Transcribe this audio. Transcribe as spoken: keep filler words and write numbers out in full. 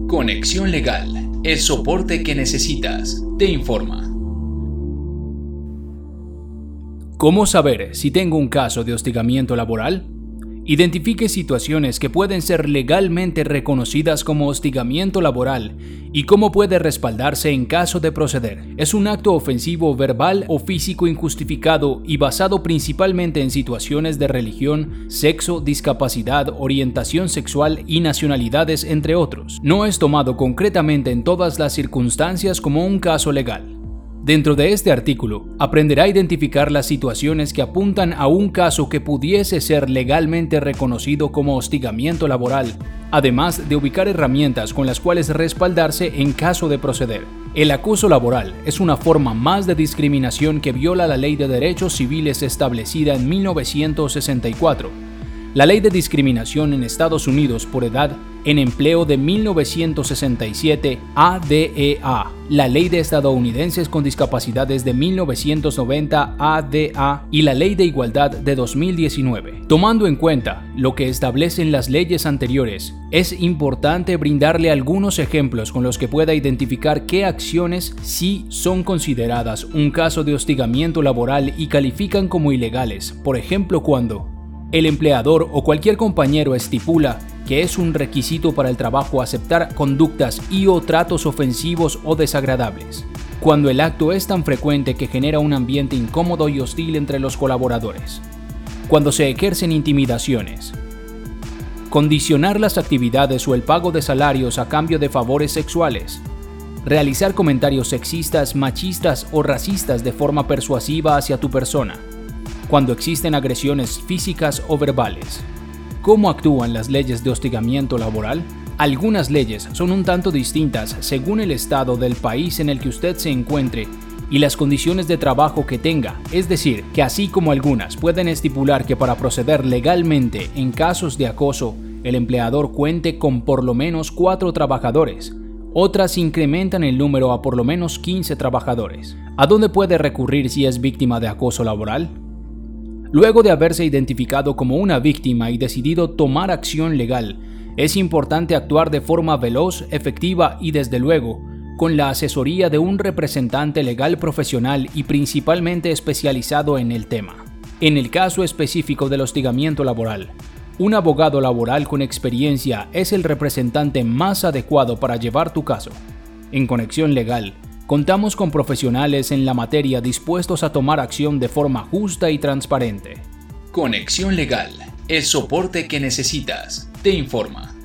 Conexión Legal, el soporte que necesitas, te informa. ¿Cómo saber si tengo un caso de hostigamiento laboral? Identifique situaciones que pueden ser legalmente reconocidas como hostigamiento laboral y cómo puede respaldarse en caso de proceder. Es un acto ofensivo verbal o físico injustificado y basado principalmente en situaciones de religión, sexo, discapacidad, orientación sexual y nacionalidades, entre otros. No es tomado concretamente en todas las circunstancias como un caso legal. Dentro de este artículo, aprenderá a identificar las situaciones que apuntan a un caso que pudiese ser legalmente reconocido como hostigamiento laboral, además de ubicar herramientas con las cuales respaldarse en caso de proceder. El acoso laboral es una forma más de discriminación que viola la Ley de Derechos Civiles establecida en mil novecientos sesenta y cuatro. La Ley de Discriminación en Estados Unidos por Edad en Empleo de mil novecientos sesenta y siete, A D E A, la Ley de Estadounidenses con Discapacidades de mil novecientos noventa, A D A, y la Ley de Igualdad de dos mil diecinueve. Tomando en cuenta lo que establecen las leyes anteriores, es importante brindarle algunos ejemplos con los que pueda identificar qué acciones sí son consideradas un caso de hostigamiento laboral y califican como ilegales. Por ejemplo, cuando el empleador o cualquier compañero estipula que es un requisito para el trabajo aceptar conductas y o tratos ofensivos o desagradables. Cuando el acto es tan frecuente que genera un ambiente incómodo y hostil entre los colaboradores. Cuando se ejercen intimidaciones. Condicionar las actividades o el pago de salarios a cambio de favores sexuales. Realizar comentarios sexistas, machistas o racistas de forma persuasiva hacia tu persona. Cuando existen agresiones físicas o verbales. ¿Cómo actúan las leyes de hostigamiento laboral? Algunas leyes son un tanto distintas según el estado del país en el que usted se encuentre y las condiciones de trabajo que tenga, es decir, que así como algunas pueden estipular que para proceder legalmente en casos de acoso, el empleador cuente con por lo menos cuatro trabajadores, otras incrementan el número a por lo menos quince trabajadores. ¿A dónde puede recurrir si es víctima de acoso laboral? Luego de haberse identificado como una víctima y decidido tomar acción legal, es importante actuar de forma veloz, efectiva y desde luego, con la asesoría de un representante legal profesional y principalmente especializado en el tema. En el caso específico del hostigamiento laboral, un abogado laboral con experiencia es el representante más adecuado para llevar tu caso. En Conexión Legal, contamos con profesionales en la materia dispuestos a tomar acción de forma justa y transparente. Conexión Legal, el soporte que necesitas, te informa.